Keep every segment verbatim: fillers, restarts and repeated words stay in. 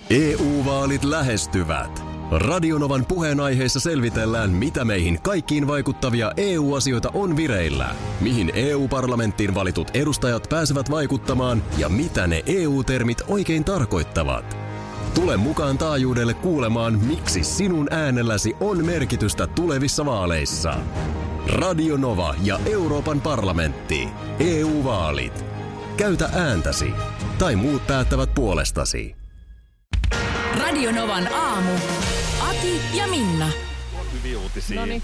E U-vaalit lähestyvät. Radionovan puheenaiheessa selvitellään, mitä meihin kaikkiin vaikuttavia E U-asioita on vireillä, mihin E U-parlamenttiin valitut edustajat pääsevät vaikuttamaan ja mitä ne E U-termit oikein tarkoittavat. Tule mukaan taajuudelle kuulemaan, miksi sinun äänelläsi on merkitystä tulevissa vaaleissa. Radio Nova ja Euroopan parlamentti. E U-vaalit. Käytä ääntäsi. Tai muut päättävät puolestasi. Radio Novan aamu. Ati ja Minna. On hyviä uutisia. Noniin.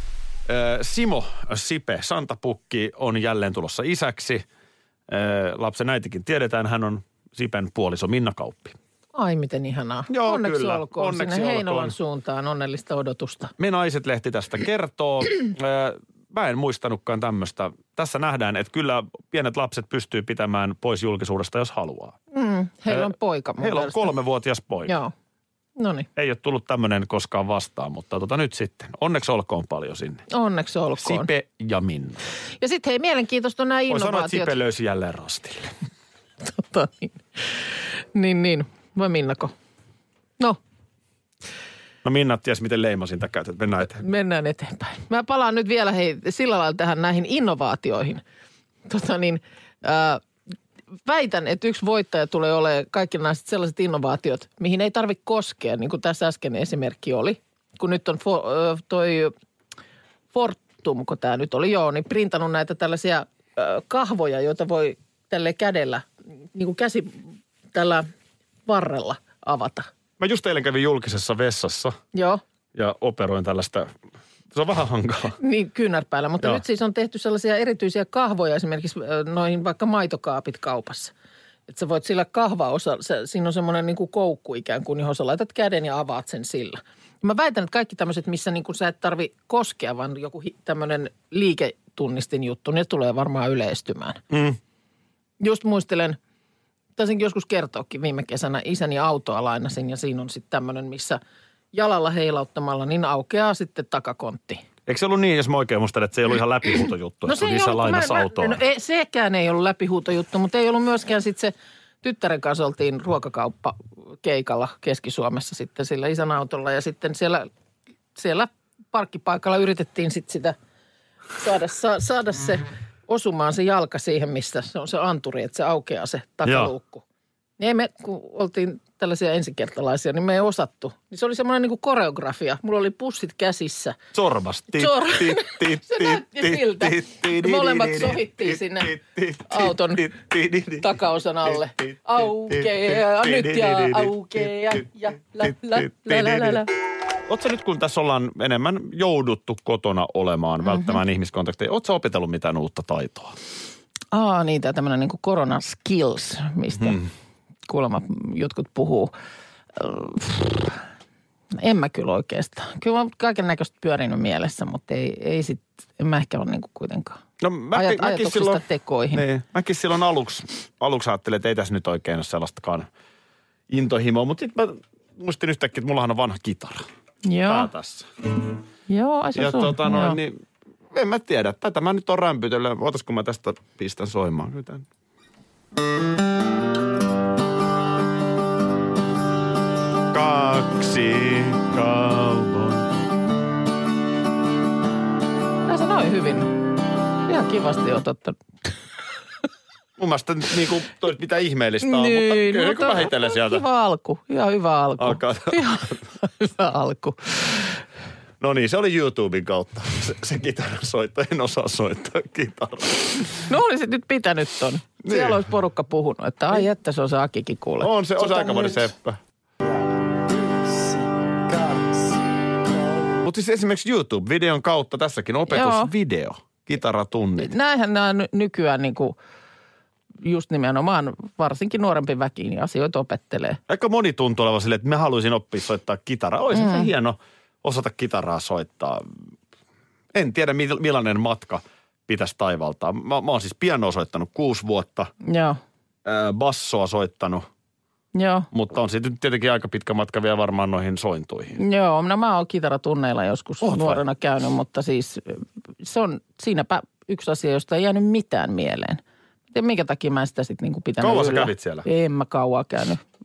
Simo Sipe Santapukki on jälleen tulossa isäksi. Lapsen äitikin tiedetään, hän on Sipen puoliso Minna Kauppi. Ai miten ihanaa. Joo, onneksi kyllä. olkoon Onneksi sinne Heinolan olkoon. suuntaan. Onnellista odotusta. Me Naiset-lehti tästä kertoo. Mä en muistanutkaan tämmöistä. Tässä nähdään, että kyllä pienet lapset pystyy pitämään pois julkisuudesta, jos haluaa. Mm, heillä on poika mun Heillä on mielestä. kolmevuotias poika. Joo. Noniin. Ei ole tullut tämmöinen koskaan vastaan, mutta tota nyt sitten. Onneksi olkoon paljon sinne. Onneksi olkoon. Sipe ja Minna. Ja sitten hei, mielenkiintoista on nämä Voi sanoa, että innovaatiot. Sipe löysi jälleen rastille. Tota, niin. niin, niin. Vai Minnako? No, No Minna ties, miten leimasinta käytät. Mennään eteenpäin. mennään eteenpäin. Mä palaan nyt vielä hei sillä lailla tähän näihin innovaatioihin. Tota niin, äh, väitän, että yksi voittaja tulee olemaan kaikki nämä sellaiset innovaatiot, mihin ei tarvitse koskea, niin kuin tässä äsken esimerkki oli. Kun nyt on fo, äh, toi Fortum, kun tämä nyt oli, joo, niin printannut näitä tällaisia äh, kahvoja, joita voi tälle kädellä, niin kuin käsi tällä varrella avata. Mä just eilen kävin julkisessa vessassa Joo. ja operoin tällaista. Se on vähän hankalaa. Niin, kyynärpäällä. Mutta Joo. nyt siis on tehty sellaisia erityisiä kahvoja esimerkiksi äh, noihin vaikka maitokaapit kaupassa. Että sä voit sillä kahvaosa, se, siinä on semmoinen niin kuin koukku ikään kuin, johon sä laitat käden ja avaat sen sillä. Ja mä väitän, että kaikki tämmöiset, missä niin kuin sä et tarvi koskea, vaan joku hi- tämmöinen liiketunnistin juttu, ne tulee varmaan yleistymään. Mm. Just muistelen, taisinkin joskus kertoakin viime kesänä, isäni autoa lainasin ja siinä on sitten tämmöinen, missä jalalla heilauttamalla niin aukeaa sitten takakontti. Eikö se ollut niin, jos mä oikein muistan, että se ei ollut ihan läpihuutojuttu, No että se kun ei isä ollut, lainasi mä, autoa? mä, no ei, sekään ei ollut läpihuutojuttu, mutta ei ollut myöskään sitten se, tyttären kanssa oltiin ruokakauppa keikalla Keski-Suomessa sitten sillä isän autolla ja sitten siellä, siellä parkkipaikalla yritettiin sitten sitä saada, sa, saada se osumaan se jalka siihen, mistä se on se anturi, että se aukeaa se takaluukku. Niin ei me, kun oltiin tällaisia ensikertalaisia, niin me ei osattu. Niin se oli semmoinen niin kuin koreografia. Mulla oli pussit käsissä. Sormas. Sor- Se näytti siltä. Molemmat sohittiin sinne auton takaosan alle. Aukeaa nyt ja aukeaa ja la la la la la. Ootko nyt, kun tässä ollaan enemmän jouduttu kotona olemaan, mm-hmm. välttämään ihmiskontakteja, ootko opetellut mitään uutta taitoa? Aa, niin, tämä tämmöinen niin kuin korona skills, mistä hmm. kuulemma jotkut puhuu. En mä kyllä oikeastaan. Kyllä mä kaiken näköistä pyörinyt mielessä, mutta ei, ei sit, en mä ehkä ole niin kuin kuitenkaan No mä, Ajat, mäkin ajatuksista silloin, tekoihin. Niin, mäkin silloin aluksi, aluksi ajattelin, että ei tässä nyt oikein ole sellaistakaan intohimoa, mutta sitten mä muistin yhtäkkiä, että mullahan on vanha kitara. Joo, Tää tässä. joo, ai se Ja sun. tota noin, Joo. niin en mä tiedä. Tätä mä nyt on rämpytellyt. Ootas, kun mä tästä pistän soimaan. Kyllä tän. Kaksi cowboy. Tää sanoi hyvin. Ihan kivasti oot ottanut. Mun mielestä niin kuin tois mitä ihmeellistä on, mutta kyllä kun vähitellen sieltä Kiva alku, ihan hyvä alku. alkaa. Ihan hyvä alku. No niin, se oli YouTuben kautta se, se kitaran soitto. En osaa soittaa kitaraa. No olisit nyt pitänyt ton. Niin. Siellä olisi porukka puhunut, että ai että se on se Akikin kuule. On se, on se aikamoinen seppä. Mutta siis esimerkiksi YouTube-videon kautta tässäkin opetusvideo, kitaratunnit. Näinhän nämä ny- nykyään niinku just nimenomaan varsinkin nuorempi väki niin asioita opettelee. Aika moni tuntuu olevan silleen, että mä haluaisin oppia soittaa kitaraa. Olisi mm. se hieno osata kitaraa soittaa. En tiedä, millainen matka pitäisi taivaltaa. Mä, mä oon siis pianoa soittanut kuusi vuotta, Joo, ää, bassoa soittanut, joo. mutta on sitten tietenkin aika pitkä matka vielä varmaan noihin sointuihin. Joo, no mä oon kitaratunneilla joskus Oot vai? nuorena käynyt, mutta siis se on siinäpä yksi asia, josta ei jäänyt mitään mieleen. Ja minkä takia mä en sitä sitten niinku pitänyt Kauan sä yllä. kävit siellä? En mä kauaa käynyt.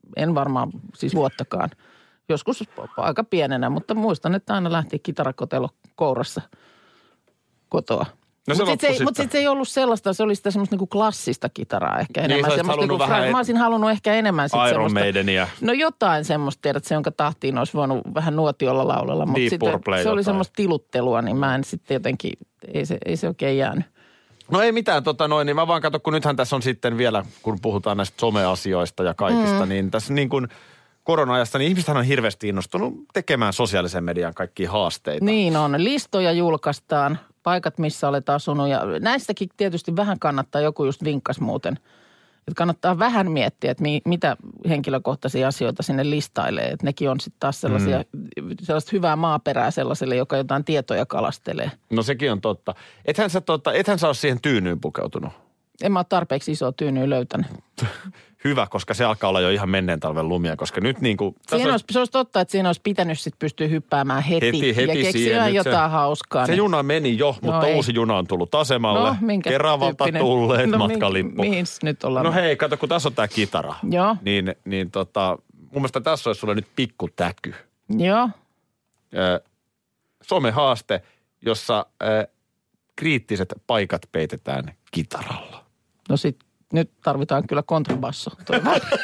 en varmaan siis vuottakaan. Joskus aika pienenä, mutta muistan, että aina lähti kitarakotelo kourassa kotoa. No se mutta sitten se, mut sit se ei ollut sellaista, se oli sitä semmoista niinku klassista kitaraa ehkä niin, enemmän. Semmoista niinku vähän... Fra- mä olisin halunnut ehkä enemmän sitten Iron semmoista. Maidenia. No jotain semmoista, tiedät, se jonka tahtiin olisi voinut vähän nuotiolla laulella. Mutta Deep sitten Purple se jotain. oli semmoista tiluttelua, niin mä en sitten jotenkin, ei se, ei se oikein jäänyt. No ei mitään, tota noin, niin mä vaan katson, kun nythän tässä on sitten vielä, kun puhutaan näistä someasioista ja kaikista, mm. niin tässä niin kuin korona-ajassa, niin ihmisethän on hirveästi innostunut tekemään sosiaalisen median kaikkia haasteita. Niin on, listoja julkaistaan, paikat missä olet asunut ja näistäkin tietysti vähän kannattaa, joku just vinkkas muuten. Että kannattaa vähän miettiä, että mi, mitä henkilökohtaisia asioita sinne listailee. Että nekin on sitten taas sellaisia, mm. sellaista hyvää maaperää sellaiselle, joka jotain tietoja kalastelee. No sekin on totta. Ethän sä, tota, ethän sä ole siihen tyynyyn pukeutunut. En mä ole tarpeeksi isoa tyynyä löytänyt. Hyvä, koska se alkaa olla jo ihan menneen talven lumia, koska nyt niin kuin... Siinä olisi, se olisi totta, että siinä olisi pitänyt sitten pystyä hyppäämään heti, heti, heti ja keksiä jotain se, hauskaa. Se niin. juna meni jo, mutta no, uusi juna on tullut asemalle. No, minkä Keravalta tyyppinen? tulleet no, matkalippu. Mihin nyt ollaan? No hei, kato, kun tässä on tämä kitara. Joo. Niin, niin tota, mun mielestä tässä olisi sulle nyt pikkutäky. Joo. Ö, somehaaste, jossa ö, kriittiset paikat peitetään kitaralla. No sit nyt tarvitaan kyllä kontrabasso. Toi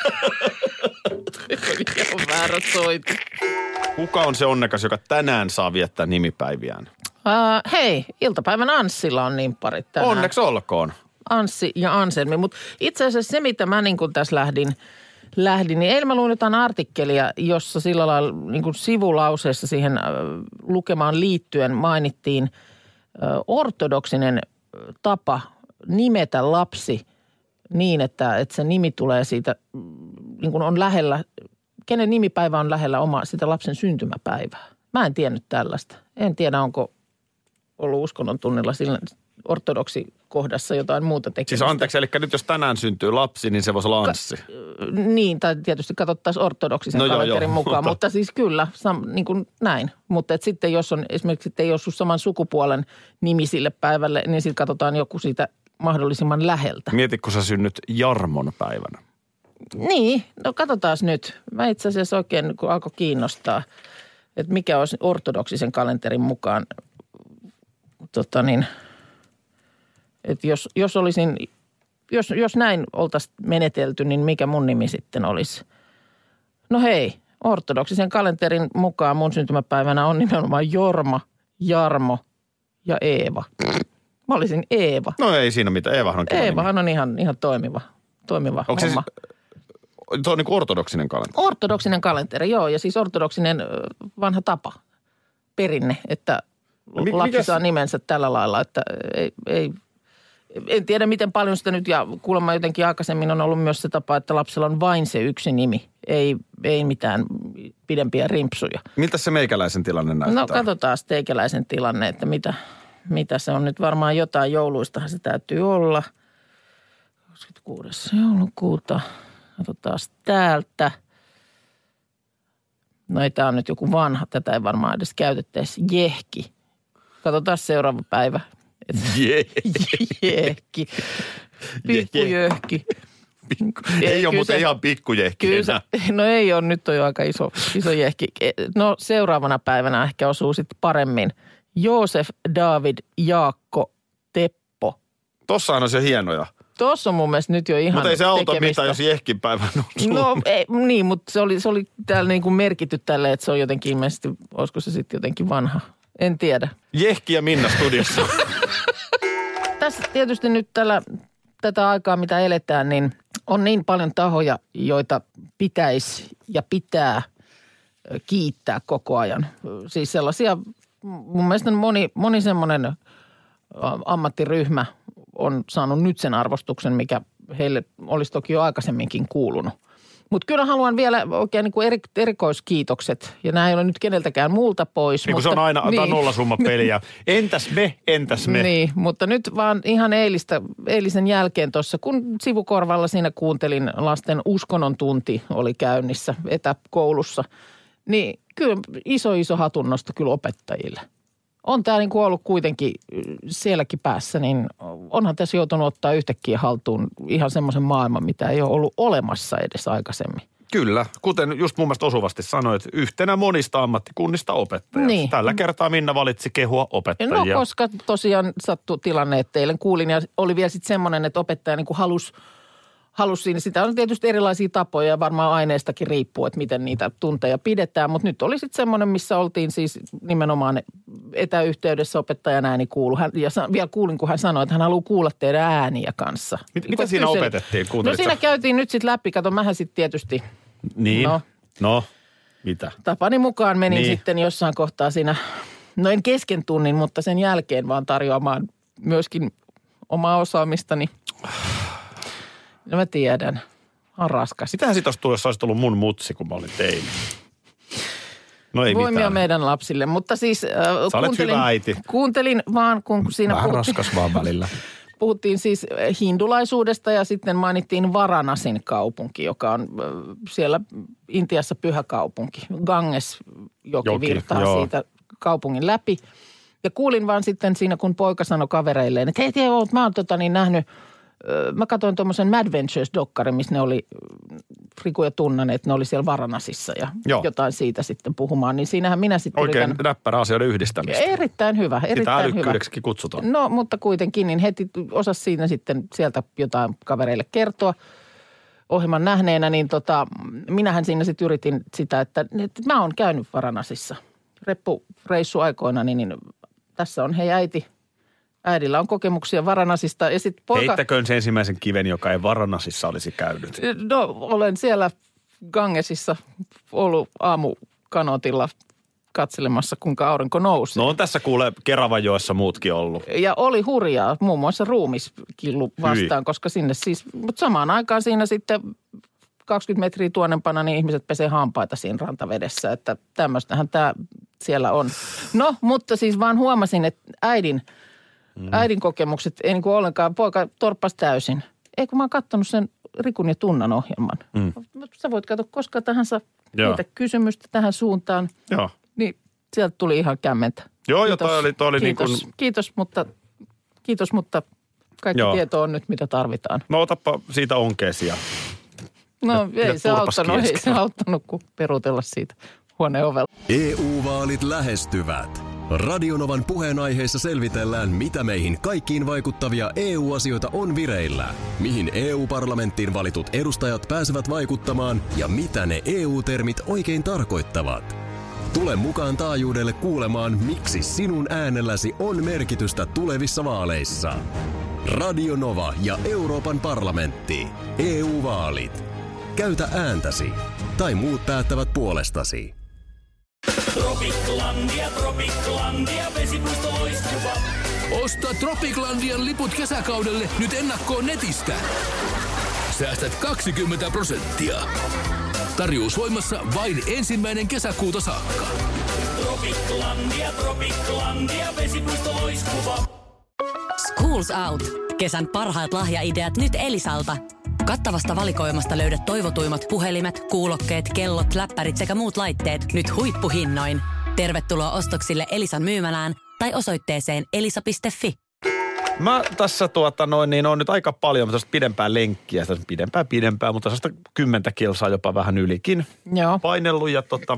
on väärä soitu. Kuka on se onnekas, joka tänään saa viettää nimipäiviään? Uh, hei, iltapäivän Anssilla on nimpparit tänään. Onneksi olkoon. Anssi ja Anselmi, mutta itse asiassa se, mitä mä niin kuin tässä lähdin, lähdin, niin eilen mä luin jotain artikkelia, jossa sillä lailla niin kuin sivulauseessa siihen äh, lukemaan liittyen mainittiin äh, ortodoksinen tapa nimetä lapsi niin, että, että se nimi tulee siitä, niin kuin on lähellä, kenen nimipäivä on lähellä oma sitä lapsen syntymäpäivää. Mä en tiennyt tällaista. En tiedä, onko ollut uskonnon tunnilla sillä ortodoksi kohdassa jotain muuta tekemistä. Siis anteeksi, eli nyt jos tänään syntyy lapsi, niin se voisi olla Anssi. Ka- niin, tai tietysti katsottaisiin ortodoksisen no kalenterin joo, joo, mukaan, mutta... mutta siis kyllä, sam, niin kuin näin. Mutta et sitten jos on esimerkiksi, että ei ole saman sukupuolen nimi sille päivälle, niin sitten katsotaan joku siitä mahdollisimman läheltä. Mieti, kun sä synnyt Jarmon päivänä. Niin, no katsotaan nyt. Mä itse asiassa oikein kun alkoi kiinnostaa, että mikä olisi ortodoksisen kalenterin mukaan, tota niin, että jos, jos olisin, jos, jos näin oltaisiin menetelty, niin mikä mun nimi sitten olisi? No hei, ortodoksisen kalenterin mukaan mun syntymäpäivänä on nimenomaan Jorma, Jarmo ja Eeva. Mä olisin Eeva. No ei siinä mitään, Eevahan on Eevahan on ihan, ihan toimiva, toimiva onko homma. Se, se on niin kuin ortodoksinen kalenteri? Ortodoksinen kalenteri, joo. Ja siis ortodoksinen vanha tapa, perinne, että Mik, lapsi mikäs... saa nimensä tällä lailla, että ei, ei, en tiedä miten paljon sitä nyt, ja kuulemma jotenkin aikaisemmin on ollut myös se tapa, että lapsella on vain se yksi nimi, ei, ei mitään pidempiä rimpsuja. Miltä se meikäläisen tilanne näyttää? No katsotaan teikäläisen tilanne, että mitä, mitä se on nyt. Varmaan jotain jouluistahan se täytyy olla. kaksikymmentäkuudes joulukuuta. Katsotaan täältä. No ei, tämä on nyt joku vanha. Tätä ei varmaan edes käytettäisi. Jehki. Katsotaan seuraava päivä. Jehki. Pikkujehki. Pikku. Ei, ei ole muuten ihan pikkujehki enää. No ei ole, nyt on jo aika iso, iso jehki. No seuraavana päivänä ehkä osuu sitten paremmin. Joosef, David, Jaakko, Teppo. Tossahan on se hienoja. Tuossa on mun mielestä nyt jo ihan Mutta ei se auta tekemistä. mitään, jos jehkipäivä on sulla. No ei, niin, mutta se oli, se oli täällä niin kuin merkitty tälle, että se on jotenkin ilmeisesti, olisiko se sitten jotenkin vanha. En tiedä. Jehki ja Minna studiossa. Tässä tietysti nyt tällä, tätä aikaa, mitä eletään, niin on niin paljon tahoja, joita pitäisi ja pitää kiittää koko ajan. Siis sellaisia, mun mielestä moni, moni semmoinen ammattiryhmä on saanut nyt sen arvostuksen, mikä heille olisi toki jo aikaisemminkin kuulunut. Mutta kyllä haluan vielä oikein niin kuin eri, erikoiskiitokset, ja nämä ei ole nyt keneltäkään muulta pois. Niin kuin mutta, se on aina niin. nollasumma peliä. Entäs me, entäs me? Niin, mutta nyt vaan ihan eilistä, eilisen jälkeen tuossa, kun sivukorvalla siinä kuuntelin lasten uskonnon tunti oli käynnissä etäkoulussa, niin kyllä iso iso hatunnosto kyllä opettajille. On tämä niin kuin ollut kuitenkin sielläkin päässä, niin onhan tässä joutunut ottaa yhtäkkiä haltuun ihan semmoisen maailman, mitä ei ole ollut olemassa edes aikaisemmin. Kyllä, kuten just mun mielestä osuvasti sanoit, yhtenä monista ammattikunnista opettaja. Niin. Tällä kertaa Minna valitsi kehua opettajia. No koska tosiaan sattui tilanne, että eilen kuulin ja oli vielä sitten semmoinen, että opettaja niin kuin halusi, halusi siinä. Sitä on tietysti erilaisia tapoja ja varmaan aineestakin riippuu, että miten niitä tunteja pidetään. Mutta nyt oli sitten semmoinen, missä oltiin siis nimenomaan etäyhteydessä opettajan ääni kuulu. Hän, ja vielä kuulin, kun hän sanoi, että hän haluaa kuulla teidän ääniä kanssa. Mit, mitä siinä kyseli? Opetettiin? No siinä käytiin nyt sitten läpi. Kato, mähän sitten tietysti... Niin, no, no mitä? Tapani mukaan menin niin. sitten jossain kohtaa siinä, no en kesken tunnin, mutta sen jälkeen vaan tarjoamaan myöskin omaa osaamistani. No mä tiedän, on raskas. Sitähän sit olisi tullut, jos olisi tullut mun mutsi, kun mä olin teini. No ei Voimia mitään. meidän lapsille, mutta siis äh, Sä olet hyvä äiti. Kuuntelin vaan, kun siinä Vähän puhuttiin, raskas vaan välillä. puhuttiin siis hindulaisuudesta ja sitten mainittiin Varanasin kaupunki, joka on äh, siellä Intiassa pyhä kaupunki. Ganges joki, Joki, virtaa joo. siitä kaupungin läpi. Ja kuulin vaan sitten siinä, kun poika sanoi kavereilleen, että hei, tiedä, mä oon tota niin nähnyt, mä katsoin tuommoisen Mad Ventures-dokkarin, missä ne oli, Riku ja Tunnaneet, ne oli siellä Varanasissa ja Joo. jotain siitä sitten puhumaan. Niin siinähän minä sitten Oikein yritän... näppärä asioiden yhdistämistä. Erittäin hyvä, Sitä erittäin hyvä. älykkyydeksikin kutsutaan. No, mutta kuitenkin, niin heti osasi siinä sitten sieltä jotain kavereille kertoa ohjelman nähneenä, niin tota, minähän siinä sitten yritin sitä, että, että mä oon käynyt Varanasissa reppureissu aikoina, niin, niin tässä on hei äiti, äidillä on kokemuksia Varanasista ja sitten poika... Heittäköön se ensimmäisen kiven, joka ei Varanasissa olisi käynyt. No, olen siellä Gangesissa ollut aamukanotilla katselemassa, kuinka aurinko nousee. No on tässä kuule Keravajoessa muutkin ollut. Ja oli hurjaa, muun muassa ruumiskillu vastaan, Hyi. koska sinne siis, mutta samaan aikaan siinä sitten kaksikymmentä metriä tuonnempana, niin ihmiset pesee hampaita siinä rantavedessä, että tämmöistähän tämä siellä on. No, mutta siis vaan huomasin, että äidin, mm. äidin kokemukset ei niin kuin ollenkaan, poika torppasi täysin. Ei kun mä oon katsonut sen Rikun ja Tunnan ohjelman. Mm. Sä voit katsoa koska tahansa niitä kysymystä tähän suuntaan. Joo. Niin sieltä tuli ihan kämmentä. Joo, ja toi oli, toi oli kiitos, niin kuin... kiitos, mutta, kiitos, mutta kaikki Joo. tieto on nyt, mitä tarvitaan. No otappa siitä onkeesia. No ja ei se auttanut, ei se auttanut, kun peruutella siitä huoneen ovella. E U-vaalit lähestyvät. Radionovan puheenaiheessa selvitellään, mitä meihin kaikkiin vaikuttavia E U-asioita on vireillä, mihin E U-parlamenttiin valitut edustajat pääsevät vaikuttamaan ja mitä ne E U-termit oikein tarkoittavat. Tule mukaan taajuudelle kuulemaan, miksi sinun äänelläsi on merkitystä tulevissa vaaleissa. Radio Nova ja Euroopan parlamentti. E U-vaalit. Käytä ääntäsi. Tai muut päättävät puolestasi. Tropiklandia, Tropiklandia, vesipuisto loistuva. Osta Tropiklandian liput kesäkaudelle nyt ennakkoon netistä. Säästät kaksikymmentä prosenttia. Tarjous voimassa vain ensimmäinen kesäkuuta saakka. Tropiklandia, Tropiklandia, vesipuisto loistuva. Schools Out. Kesän parhaat lahjaideat nyt Elisalta. Kattavasta valikoimasta löydät toivotuimmat puhelimet, kuulokkeet, kellot, läppärit sekä muut laitteet nyt huippuhinnoin. Tervetuloa ostoksille Elisan myymälään tai osoitteeseen elisa piste fi. Mä tässä tuota noin, niin on nyt aika paljon tästä pidempää lenkkiä, sitä pidempää pidempää, mutta tästä kymmentä kilsaa jopa vähän ylikin. Joo. Painellut ja tota,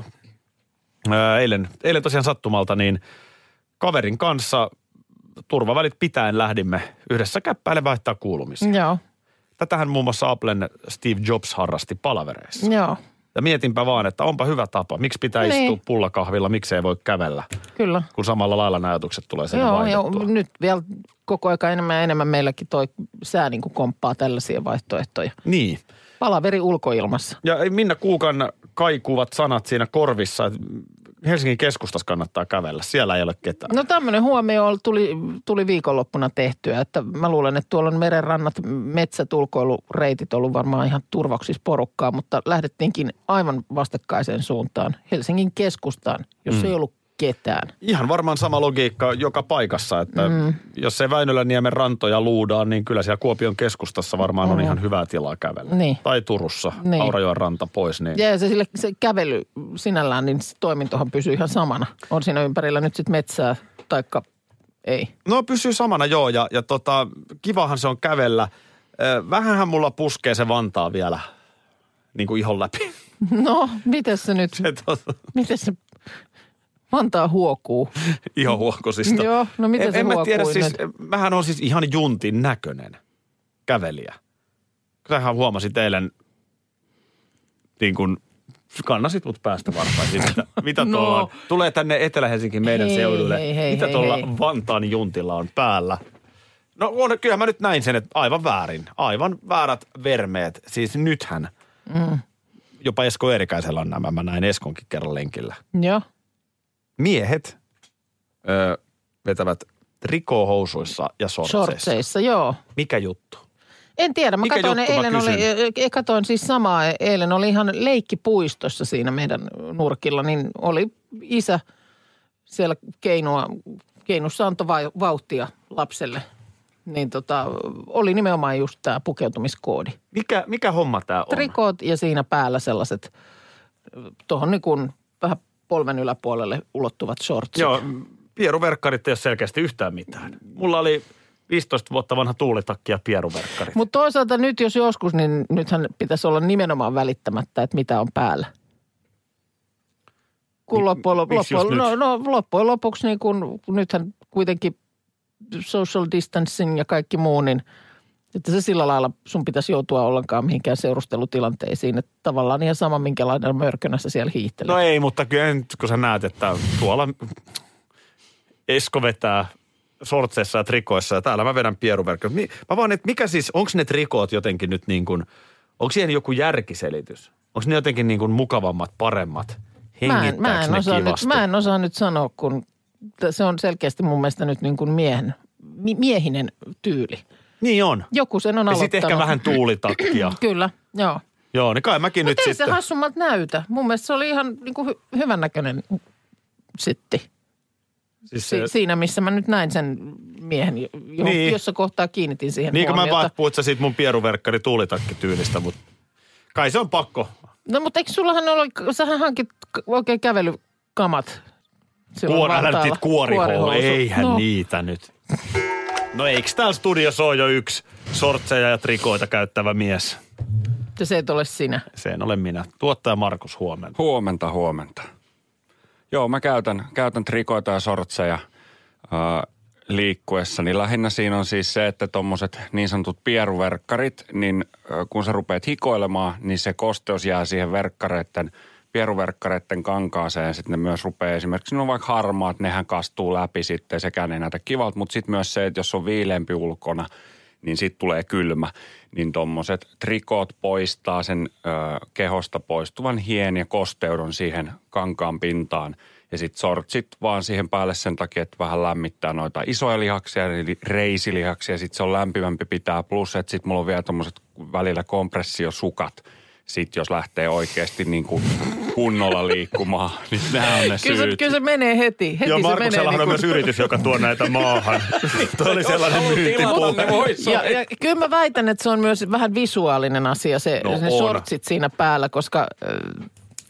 ää, eilen, eilen tosiaan sattumalta niin kaverin kanssa turvavälit pitäen lähdimme yhdessä käppäille vaihtaa kuulumisia. Joo. Tätähän muun muassa Applen Steve Jobs harrasti palavereissa. Joo. Ja mietinpä vaan, että onpa hyvä tapa. Miksi pitää Niin. istua pullakahvilla, miksei voi kävellä, Kyllä. kun samalla lailla nämä ajatukset tulee sinne Joo, vaihdettua. joo, nyt vielä koko aika enemmän ja enemmän meilläkin toi sää niin kuin komppaa tällaisia vaihtoehtoja. Niin. Palaveri ulkoilmassa. Ja Minna Kuukan kaikuvat sanat siinä korvissa, että Helsingin keskustassa kannattaa kävellä. Siellä ei ole ketään. No tämmöinen huomio tuli, tuli viikonloppuna tehtyä, että mä luulen, että tuolla on merenrannat, metsät, ulkoilureitit ollut varmaan ihan turvauksissa porukkaa, mutta lähdettiinkin aivan vastakkaiseen suuntaan, Helsingin keskustaan, jos mm. ei ollut ketään. Ihan varmaan sama logiikka joka paikassa, että mm. jos se Väinöläniemen rantoja luudaa, niin kyllä siellä Kuopion keskustassa varmaan mm. on ihan hyvää tilaa kävellä. Niin. Tai Turussa, niin. Aurajoen ranta pois. Niin. Ja se, sille, se kävely sinällään, niin se toimintohan pysyy ihan samana. On siinä ympärillä nyt sitten metsää, taikka ei. No pysyy samana joo, ja, ja tota, kivahan se on kävellä. Vähänhän mulla puskee se Vantaa vielä niin kuin ihon läpi. No, miten se nyt, Se tuossa miten se Vantaa huokuu? ihon huokosista. Joo, no miten en, se en mä huokuu tiedä, nyt? siis, mähän on siis ihan juntin näköinen kävelijä. Sähän huomasit eilen, niin kuin kannasit mut päästä varpaisiin, mitä, mitä No. tuolla on. Tulee tänne Etelä-Helsinkin meidän Hei, seudulle. hei, hei, mitä hei, tuolla hei. Vantaan juntilla on päällä? No on, kyllä mä nyt näin sen, että aivan väärin. Aivan väärät vermeet. Siis nythän. Mm. Jopa Esko Eerikäisellä on nämä. Mä näin Eskonkin kerran lenkillä. Joo. Miehet öö, vetävät trikoohousuissa ja sortseissa. Shortseissa, joo. Mikä juttu? En tiedä, mä Mikä katsoin, juttu, mä eilen oli, e- katoin siis samaa, eilen oli ihan leikkipuistossa siinä meidän nurkilla, niin oli isä siellä keinua, keinussa antoi vai- vauhtia lapselle. Niin tota, oli nimenomaan just tämä pukeutumiskoodi. Mikä, mikä homma tää on? Trikoot ja siinä päällä sellaiset tuohon niin kuin vähän polven yläpuolelle ulottuvat shortsit. Joo, pieruverkkarit ei ole selkeästi yhtään mitään. Mulla oli viisitoista vuotta vanha tuulitakki ja pieruverkkarit. Mutta toisaalta nyt jos joskus, niin nythän pitäisi olla nimenomaan välittämättä, että mitä on päällä. Kun Mi- loppujen, miksi loppujen, just no, no, loppujen lopuksi, niin kun, nythän kuitenkin social distancing ja kaikki muu, niin että se sillä lailla sun pitäisi joutua ollenkaan mihinkään seurustelutilanteisiin. Että tavallaan ihan sama, minkälainen mörkönä sä siellä hiihtelet. No ei, mutta kyllä nyt kun sä näet, että tuolla Esko vetää sortseissa ja trikoissa ja täällä mä vedän pieruverkkarit. Mi- Mä vaan, että mikä siis, onko ne trikoot jotenkin nyt niin kuin, onko siihen joku järkiselitys? Onko ne jotenkin niin kuin mukavammat, paremmat? Mä en, mä, en ne osaa kivasti? nyt, mä en osaa nyt sanoa, kun se on selkeästi mun mielestä nyt niin kuin miehen, mi- miehinen tyyli. Niin on. Joku sen on Ja aloittanut. sitten ehkä vähän tuulitakkia. Kyllä, joo. Joo, niin kai mäkin nyt Mutta ei sitten. se hassummalta näytä. Mun mielestä se oli ihan niin kuin hy- hyvännäköinen sitti. Siis Si- se, siinä, missä mä nyt näin sen miehen, johon, Niin. niin. jossa kohtaa kiinnitin siihen niin kuin mä huomiota. vaan puhut sä siitä mun pieruverkkari tuulitakkityylistä, mutta kai se on pakko. No mutta eikö sullahan ole, sähän hankit k- oikein kävelykamat silloin Kuor, älä nyt Vantaalla. niitä kuorihousut. Kuorihousu. Eihän no. niitä nyt. No eikö täällä studiossa ole jo yksi sortseja ja trikoita käyttävä mies? Ja se et ole sinä. Se en ole minä. Tuottaja Markus, huomenna. Huomenta, huomenta. Joo, mä käytän, käytän trikoita ja sortseja äh, liikkuessa. Niin lähinnä siinä on siis se, että tommoset niin sanotut pieruverkkarit, niin äh, kun sä rupeat hikoilemaan, niin se kosteus jää siihen verkkareiden, pieruverkkareiden kankaaseen. Sitten ne myös rupeaa esimerkiksi, ne on vaikka harmaat, nehän kastuu läpi sitten, sekään ei näytä kivalta. Mutta sitten myös se, että jos on viileämpi ulkona, niin sitten tulee kylmä. Niin tommoset trikoot poistaa sen ö, kehosta poistuvan hien ja kosteudon siihen kankaan pintaan. Ja sitten sortsit vaan siihen päälle sen takia, että vähän lämmittää noita isoja lihaksia, eli reisilihaksia. Sitten se on lämpimämpi pitää. Plus, että sitten mulla on vielä tommoset välillä kompressiosukat. Sitten jos lähtee oikeasti niin kuin kunnolla liikkumaan, niin nämä on ne Kyllä se, syyt. kyllä se menee heti. heti Joo, se menee Markuksella niin on kuin- myös yritys, joka tuo näitä maahan. Tuo oli sellainen myyntipuhe. Ja, ja kyllä mä väitän, että se on myös vähän visuaalinen asia, se, No ne on. shortsit siinä päällä, koska äh,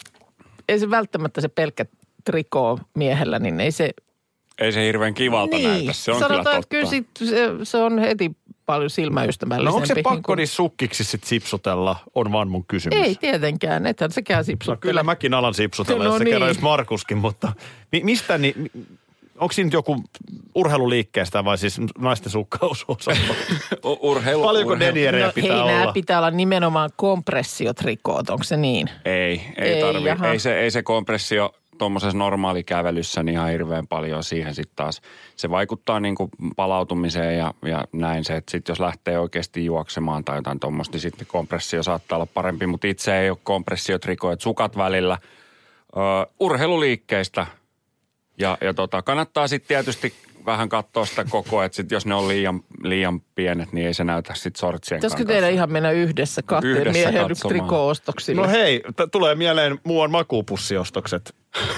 ei se välttämättä se pelkkä trikoo miehellä, niin ei se... Ei se hirveän kivalta niin, näytä, se on sanotaan, kyllä että totta. kyllä sit se, se on heti paljon silmäystävällisempi. No onko se pakko niin kuin- niissä sukkiksi sitten sipsutella, on vaan mun kysymys. Ei tietenkään, ethän sekään No sipsuttele. kyllä mäkin alan sipsutella, No jos se niin. kerran jos Markuskin, mutta mi- mistä niin, onko siinä nyt joku urheiluliikkeestä vai siis naisten sukkausosa? U- urheilu, Paljonko urheilu. denierejä No pitää hei, olla? nämä pitää olla nimenomaan kompressiotrikoot, onko se niin? Ei, ei, Ei, ei tarvitse. jaha. Ei se, ei se kompressio tuommoisessa normaalikävelyssä niin ihan hirveän paljon siihen sitten taas. Se vaikuttaa niin kuin palautumiseen ja, ja näin se, että sitten jos lähtee oikeasti juoksemaan tai jotain tuommoista, niin sitten kompressio saattaa olla parempi, mutta itse ei ole kompressiotrikoit sukat välillä. Ö, urheiluliikkeistä ja, ja tota, kannattaa sitten tietysti vähän katsoa sitä koko, että sit jos ne on liian, liian pienet, niin ei se näytä sitten sortsien Pitäisikö kanssa. teidän ihan mennä yhdessä kahteen Yhdessä miehen katsomaan. trikoo-ostoksille? No hei, t- tulee mieleen muuan makuupussiostokset.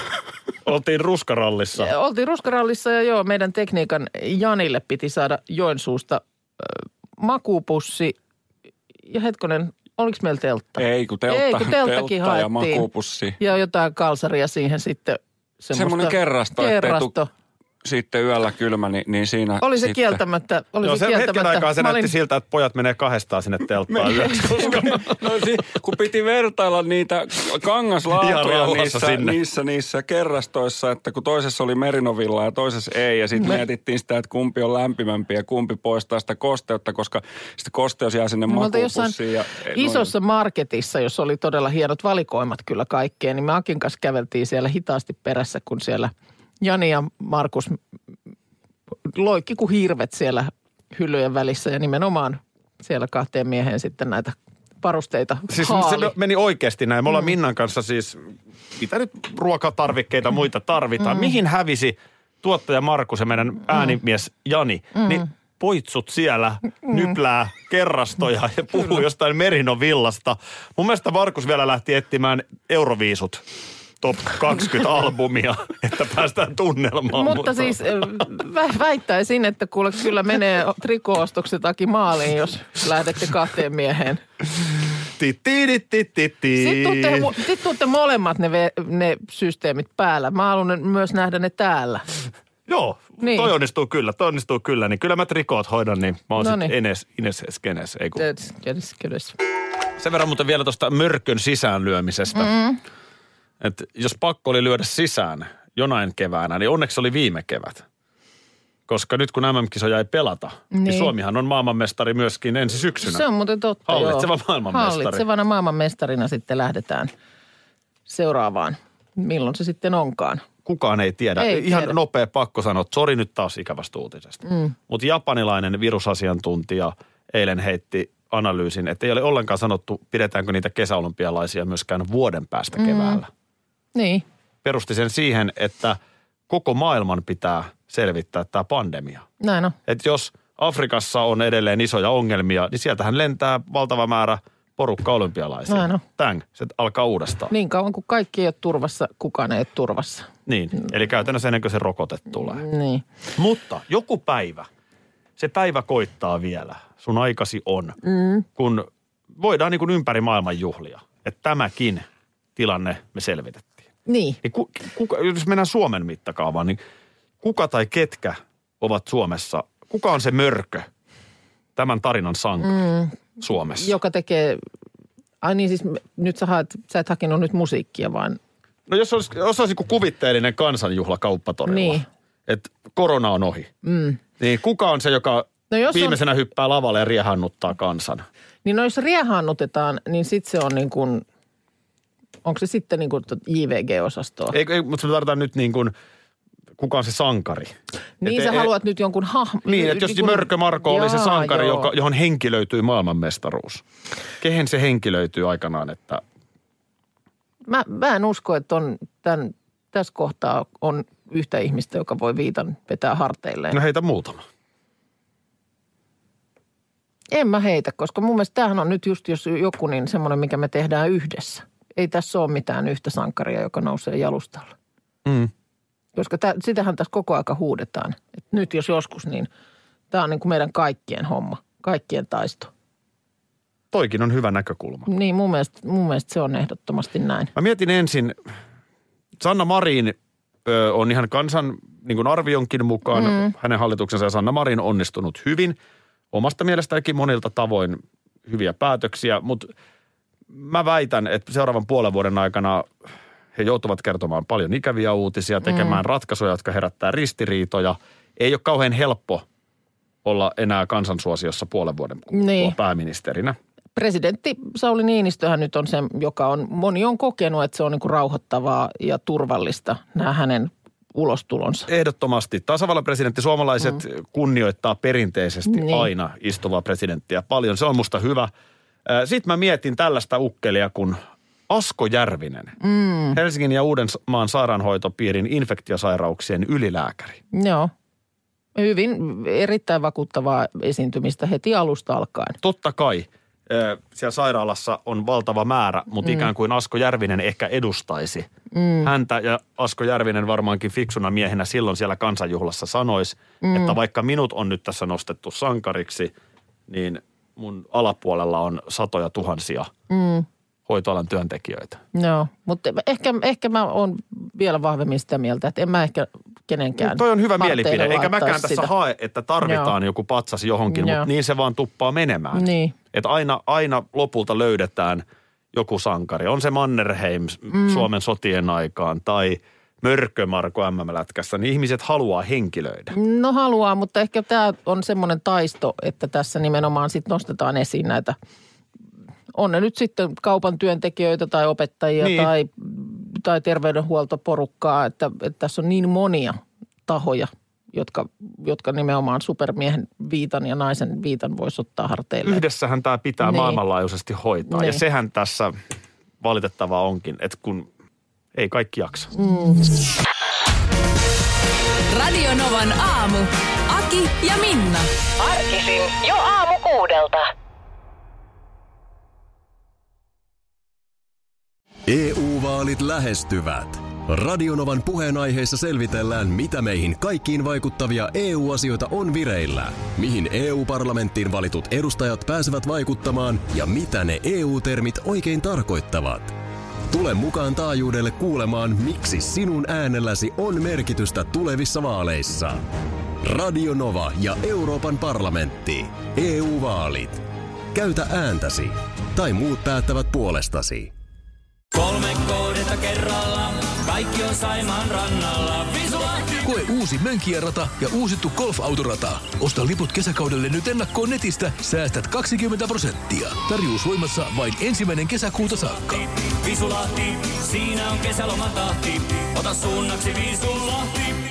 Oltiin ruskarallissa. Ja oltiin ruskarallissa ja joo, meidän tekniikan Janille piti saada Joensuusta äh, makuupussi. Ja hetkonen, oliko meillä teltta? Ei, kun teltta, Ei, kun telttakin teltta ja haettiin. makuupussi. Ja jotain kalsaria siihen sitten. semmoista Semmoinen kerrasto, ettei Kerrasto. sitten yöllä kylmä, niin, niin siinä Oli se sitten... kieltämättä. Oli Joo, se se kieltämättä. hetken aikaa se Mä näytti olin- siltä, että pojat menee kahdestaan sinne telttaan yöksi, koska No, si- kun piti vertailla niitä Ihan kangaslaatuja rauhassa niissä, sinne. niissä, niissä kerrastoissa, että kun toisessa oli merinovilla ja toisessa ei. Ja sitten Me- mietittiin sitä, että kumpi on lämpimämpi ja kumpi poistaa sitä kosteutta, koska sitten kosteus jää sinne Me oltiin jossain makuupussiin. Ja, isossa marketissa, jossa oli todella hienot valikoimat kyllä kaikkeen, niin me Akin kanssa käveltiin siellä hitaasti perässä, kun siellä Jani ja Markus loikki kuin hirvet siellä hyllyjen välissä ja nimenomaan siellä kahteen mieheen sitten näitä varusteita siis haali. se meni oikeasti näin. Me ollaan Minnan kanssa siis, mitä nyt ruokatarvikkeita muita tarvitaan. Mm. Mihin hävisi tuottaja Markus ja meidän äänimies Jani? Mm. Niin poitsut siellä nyplää kerrastoja ja puhuu jostain Merinovillasta. Mun mielestä Markus vielä lähti etsimään Euroviisut top kaksikymmentä albumia, että päästään tunnelmaan. Mutta siis äh, vä- väittäisin, että kuule kyllä menee triko-ostokset Aki maaliin, jos lähdette kahteen mieheen. Ti-ti-di-ti-ti-ti. Sitten tuutte, sit tuutte molemmat ne, ve, ne systeemit päällä. Mä haluan myös nähdä ne täällä. Joo, Niin. toi onnistuu kyllä, toi onnistuu kyllä. Niin kyllä mä trikoot hoidan, niin mä oon Noniin. sitten Enes, Ines Eskenes. Ei kun. Tiedätkö, tiedätkö, tiedätkö. Sen verran muuten vielä tuosta mörkön sisäänlyömisestä. Mm. Että jos pakko oli lyödä sisään jonain keväänä, niin onneksi oli viime kevät. Koska nyt kun M M-kisoja ei pelata, niin, niin Suomihan on maailmanmestari myöskin ensi syksynä. Se on muuten totta, Hallitseva joo. maailmanmestari. Hallitsevana maailmanmestarina sitten lähdetään seuraavaan. Milloin se sitten onkaan? Kukaan ei tiedä. Ei Ihan tiedä. nopea pakko sanoa, että sori nyt taas ikävästä uutisesta. Mm. Mutta japanilainen virusasiantuntija eilen heitti analyysin, että ei ole ollenkaan sanottu, pidetäänkö niitä kesäolympialaisia myöskään vuoden päästä Mm. keväällä. Niin. Perusti sen siihen, että koko maailman pitää selvittää tämä pandemia. Näin on. Että jos Afrikassa on edelleen isoja ongelmia, niin sieltähän lentää valtava määrä porukka olympialaisia. Näin on. Täng, se alkaa uudestaan. Niin kauan kuin kaikki ei ole turvassa, kukaan ei ole turvassa. Niin, eli käytännössä ennen kuin se rokote tulee. Niin. Mutta joku päivä, se päivä koittaa vielä, sun aikasi on, mm. kun voidaan niin kuin ympäri maailman juhlia. Että tämäkin tilanne me selvitettiin. Niin. Niin ku, kuka, jos mennään Suomen mittakaavaan, niin kuka tai ketkä ovat Suomessa, kuka on se mörkö, tämän tarinan sankari mm. Suomessa? Joka tekee, ai niin siis nyt sä, haet, sä et hakenut nyt musiikkia vaan. No jos olisi, jos olisi kuvitteellinen kansanjuhla kauppatorilla, Niin. että korona on ohi, Mm. niin kuka on se, joka No jos on- viimeisenä hyppää lavalle ja riehannuttaa kansan? Niin no jos riehaannutetaan, niin sitten se on niin kuin, onko se sitten niin kuin J V G-osastoa? Ei, ei, mutta me tarvitaan nyt niin kuin, kuka on se sankari? Niin Et sä ei- haluat nyt jonkun hahmon. Niin, että jos Mörkö Marko oli se Jaa, sankari, joo. joka, johon henkilöityi maailmanmestaruus. Kehen se henkilöityy aikanaan, että Mä, mä en usko, että on tämän, tässä kohtaa on yhtä ihmistä, joka voi Viitan vetää harteilleen. no heitä muutama. En mä heitä, koska mun mielestä tämähän on nyt just jos joku niin semmoinen, mikä me tehdään yhdessä. Ei tässä ole mitään yhtä sankaria, joka nousee jalustalla. Mm. Koska tä, sitähän tässä koko aika huudetaan. Et nyt jos joskus, niin tämä on niin kuin meidän kaikkien homma, kaikkien taisto. Toikin on hyvä näkökulma. Niin mun mielestä, mun mielestä se on ehdottomasti näin. Mä mietin ensin, Sanna Marin ö, on ihan kansan niin kuin arvionkin mukaan, mm. hänen hallituksensa ja Sanna Marin onnistunut hyvin. Omasta mielestäänkin monilta tavoin hyviä päätöksiä, mutta mä väitän, että seuraavan puolen vuoden aikana he joutuvat kertomaan paljon ikäviä uutisia, tekemään mm. ratkaisuja, jotka herättää ristiriitoja. Ei ole kauhean helppo olla enää kansansuosiossa puolen vuoden Niin. pääministerinä. Presidentti Sauli Niinistöhän nyt on se, joka on, moni on kokenut, että se on niin kuin rauhoittavaa ja turvallista nämä hänen ulostulonsa. Ehdottomasti. Tasavallan presidentti, suomalaiset mm. kunnioittaa perinteisesti Niin. aina istuvaa presidenttiä paljon. Se on musta hyvä. Sitten mä mietin tällaista ukkelia kuin Asko Järvinen. Mm. Helsingin ja Uudenmaan sairaanhoitopiirin infektiosairauksien ylilääkäri. Joo. Hyvin erittäin vakuuttavaa esiintymistä heti alusta alkaen. Totta kai siellä sairaalassa on valtava määrä, mutta mm. ikään kuin Asko Järvinen ehkä edustaisi. Mm. Häntä ja Asko Järvinen varmaankin fiksuna miehenä silloin siellä kansanjuhlassa sanoisi, mm. että vaikka minut on nyt tässä nostettu sankariksi, niin mun alapuolella on satoja tuhansia mm. hoitoalan työntekijöitä. Joo, mutta ehkä, ehkä mä oon vielä vahvemmin sitä mieltä, että en mä ehkä kenenkään. Toi on hyvä harteille mielipide, eikä laittaa mäkään tässä sitä. hae, että tarvitaan Joo. joku patsas johonkin, Joo. mutta niin se vaan tuppaa menemään. Niin. Että aina, aina lopulta löydetään joku sankari. On se Mannerheim mm. Suomen sotien aikaan tai Mörkö-Marko M M-lätkässä, niin ihmiset haluaa henkilöidä. No haluaa, mutta ehkä tämä on semmoinen taisto, että tässä nimenomaan sitten nostetaan esiin näitä, on ne nyt sitten kaupan työntekijöitä tai opettajia niin. tai, tai terveydenhuoltoporukkaa, että, että tässä on niin monia tahoja, jotka, jotka nimenomaan supermiehen viitan ja naisen viitan voisi ottaa harteille. Yhdessähän tämä pitää niin. maailmanlaajuisesti hoitaa. Niin. Ja sehän tässä valitettavaa onkin, että kun ei kaikki jaksa. Mm. Radio Novan aamu. Aki ja Minna. Arkisin jo aamu kuudelta. E U-vaalit lähestyvät. Radionovan puheenaiheessa selvitellään, mitä meihin kaikkiin vaikuttavia E U-asioita on vireillä, mihin E U-parlamenttiin valitut edustajat pääsevät vaikuttamaan ja mitä ne E U-termit oikein tarkoittavat. Tule mukaan taajuudelle kuulemaan, miksi sinun äänelläsi on merkitystä tulevissa vaaleissa. Radio Nova ja Euroopan parlamentti. E U-vaalit. Käytä ääntäsi. Tai muut päättävät puolestasi. Kolme kohdetta kerralla, kaikki on Saimaan rannalla. Visulahti! Koe uusi Mönkijärata ja uusittu golfautorata. Osta liput kesäkaudelle nyt ennakkoon netistä. Säästät kaksikymmentä prosenttia. Tarjous voimassa vain ensimmäinen kesäkuuta saakka. Visulahti, siinä on kesälomatahti. Ota suunnaksi Visulahti.